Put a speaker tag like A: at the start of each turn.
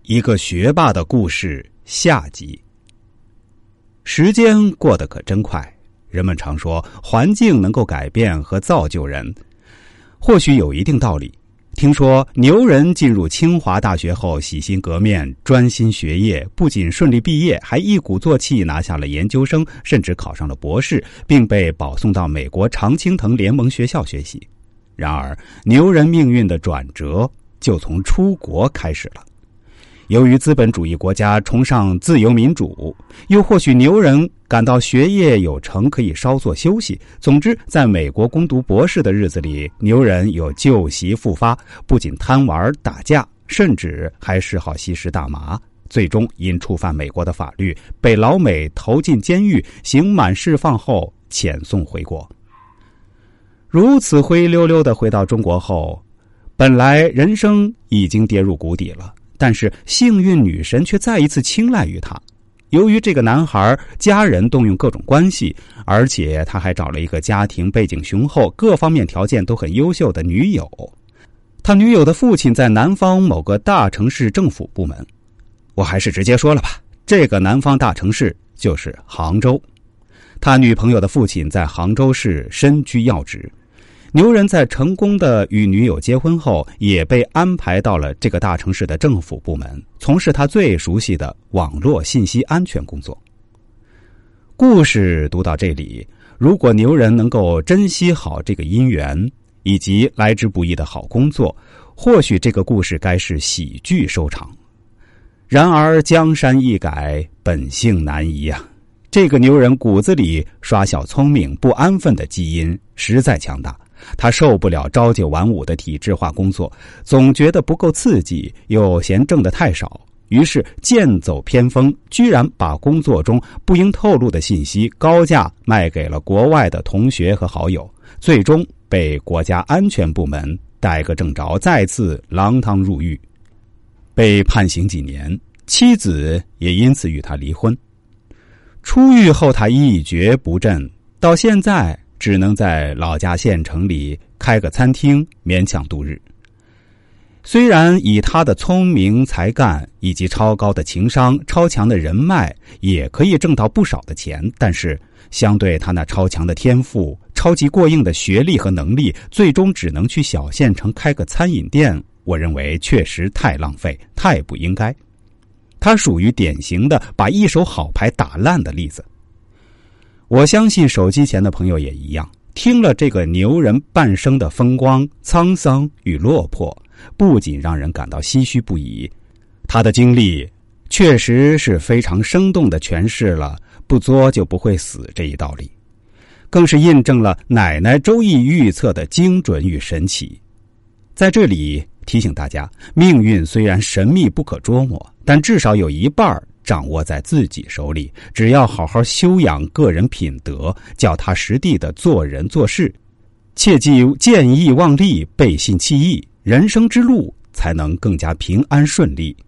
A: 一个学霸的故事下集。时间过得可真快，人们常说环境能够改变和造就人，或许有一定道理。听说牛人进入清华大学后洗心革面，专心学业，不仅顺利毕业，还一鼓作气拿下了研究生，甚至考上了博士，并被保送到美国常青藤联盟学校学习。然而牛人命运的转折就从出国开始了。由于资本主义国家崇尚自由民主，又或许牛人感到学业有成可以稍作休息，总之在美国攻读博士的日子里，牛人有旧习复发，不仅贪玩打架，甚至还嗜好吸食大麻，最终因触犯美国的法律被老美投进监狱，刑满释放后遣送回国。如此灰溜溜地回到中国后，本来人生已经跌入谷底了，但是幸运女神却再一次青睐于他。由于这个男孩家人动用各种关系，而且他还找了一个家庭背景雄厚、各方面条件都很优秀的女友。他女友的父亲在南方某个大城市政府部门，我还是直接说了吧，这个南方大城市就是杭州。他女朋友的父亲在杭州市身居要职。牛人在成功的与女友结婚后，也被安排到了这个大城市的政府部门，从事他最熟悉的网络信息安全工作。故事读到这里，如果牛人能够珍惜好这个姻缘，以及来之不易的好工作，或许这个故事该是喜剧收场。然而江山易改，本性难移啊！这个牛人骨子里耍小聪明、不安分的基因实在强大。他受不了朝九晚五的体制化工作，总觉得不够刺激，又嫌挣得太少，于是剑走偏锋，居然把工作中不应透露的信息高价卖给了国外的同学和好友，最终被国家安全部门逮个正着，再次锒铛入狱，被判刑几年，妻子也因此与他离婚。出狱后他一蹶不振，到现在只能在老家县城里开个餐厅勉强度日。虽然以他的聪明才干以及超高的情商、超强的人脉也可以挣到不少的钱，但是相对他那超强的天赋、超级过硬的学历和能力，最终只能去小县城开个餐饮店，我认为确实太浪费，太不应该。他属于典型的把一手好牌打烂的例子。我相信手机前的朋友也一样，听了这个牛人半生的风光、沧桑与落魄，不仅让人感到唏嘘不已，他的经历确实是非常生动地诠释了不作就不会死这一道理，更是印证了奶奶周易预测的精准与神奇。在这里提醒大家，命运虽然神秘不可捉摸，但至少有一半掌握在自己手里，只要好好修养个人品德，脚踏实地的做人做事，切忌见义忘利、背信弃义，人生之路才能更加平安顺利。